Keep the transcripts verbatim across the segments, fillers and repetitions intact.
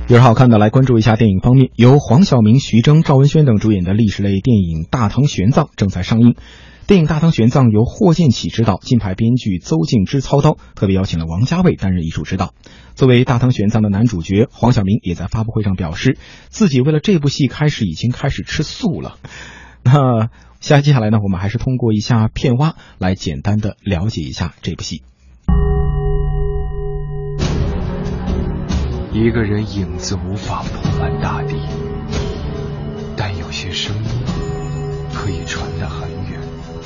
有什好看的，来关注一下电影方面。由黄晓明、徐峥、赵文轩等主演的历史类电影《大唐玄奘》正在上映。电影《大唐玄奘》由霍建起执导，金牌编剧邹静之操刀，特别邀请了王家卫担任艺术指导。作为大唐玄奘的男主角，黄晓明也在发布会上表示，自己为了这部戏开始已经开始吃素了。那下接下来呢，我们还是通过一下片挖来简单的了解一下这部戏。 一个人影子无法铺满大地，但有些声音可以传得很远。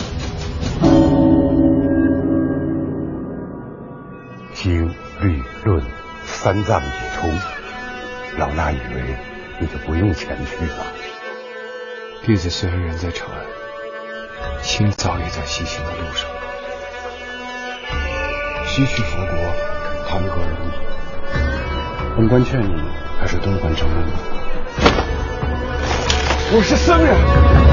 经律论三藏一通，老衲以为你就不用前去了。 弟子虽然人在长安，心早已在西行的路上。西去佛国，谈何容易？本官劝你还是东还长安吧。我是僧人。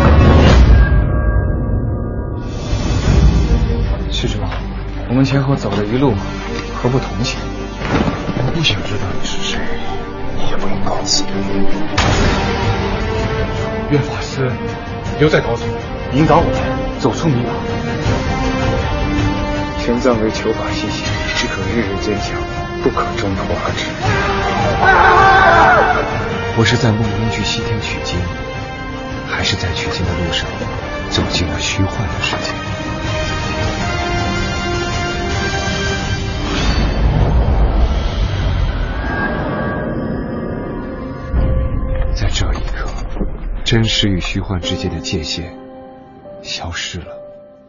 施主，我们前后走了一路，何不同行？我不想知道你是谁，你也不用告诉。愿法师留在高中，引导我们走出迷茫。玄奘为求法西行，只可日日坚强，不可中途而止。我是在梦中去西天取经，还是在取经的路上走进了虚幻的世界？在这一刻，真实与虚幻之间的界限消失了。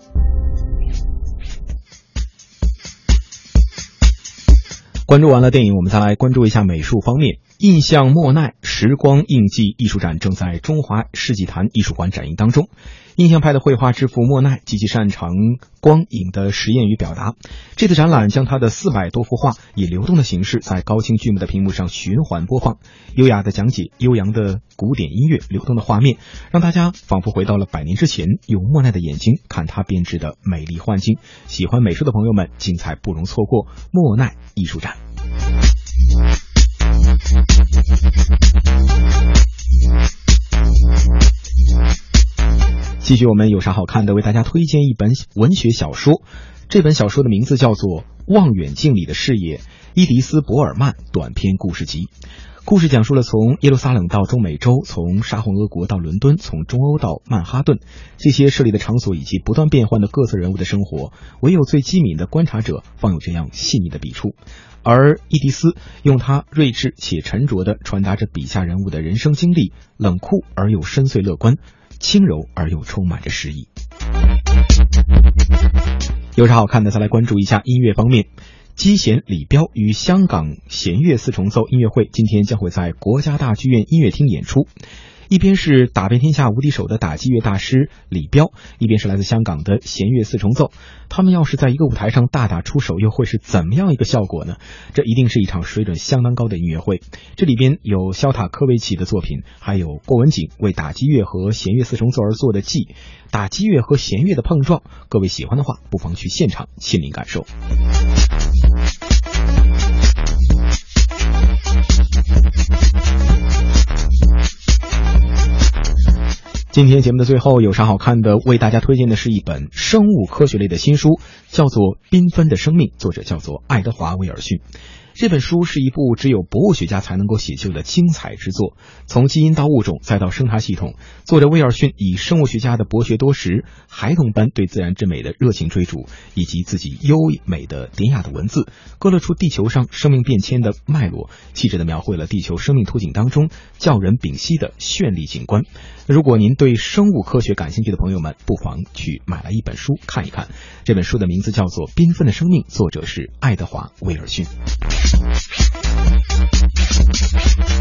关注完了电影，我们再来关注一下美术方面。印象莫奈时光印记艺术展正在中华世纪坛艺术馆展映当中。印象派的绘画之父莫奈极其擅长光影的实验与表达。这次展览将他的四百多幅画以流动的形式在高清巨幕的屏幕上循环播放，优雅的讲解，悠扬的古典音乐，流动的画面，让大家仿佛回到了百年之前，用莫奈的眼睛看他编织的美丽幻境。喜欢美术的朋友们，精彩不容错过莫奈艺术展。继续我们有啥好看的，为大家推荐一本文学小说。这本小说的名字叫做《望远镜里的视野》，伊迪丝·博尔曼短篇故事集。故事讲述了从耶路撒冷到中美洲，从沙皇俄国到伦敦，从中欧到曼哈顿，这些设立的场所以及不断变换的各色人物的生活，唯有最机敏的观察者方有这样细腻的笔触。而伊迪丝用他睿智且沉着地传达着笔下人物的人生经历，冷酷而又深邃乐观，轻柔而又充满着诗意。有啥好看的，再来关注一下音乐方面。击弦李彪与香港弦乐四重奏音乐会今天将会在国家大剧院音乐厅演出。一边是打遍天下无敌手的打击乐大师李彪，一边是来自香港的弦乐四重奏。他们要是在一个舞台上大打出手，又会是怎么样一个效果呢？这一定是一场水准相当高的音乐会。这里边有肖塔科维奇的作品，还有郭文景为打击乐和弦乐四重奏而做的记，打击乐和弦乐的碰撞。各位喜欢的话，不妨去现场亲临感受。今天节目的最后有啥好看的，为大家推荐的是一本生物科学类的新书，叫做《缤纷的生命》，作者叫做爱德华·威尔逊。这本书是一部只有博物学家才能够写就的精彩之作，从基因到物种再到生态系统，作者威尔逊以生物学家的博学多识、孩童般对自然之美的热情追逐，以及自己优美的典雅的文字，勾勒出地球上生命变迁的脉络，细致地描绘了地球生命图景当中叫人屏息的绚丽景观。如果您对生物科学感兴趣的朋友们，不妨去买来一本书看一看。这本书的名字叫做《缤纷的生命》，作者是爱德华·威尔逊。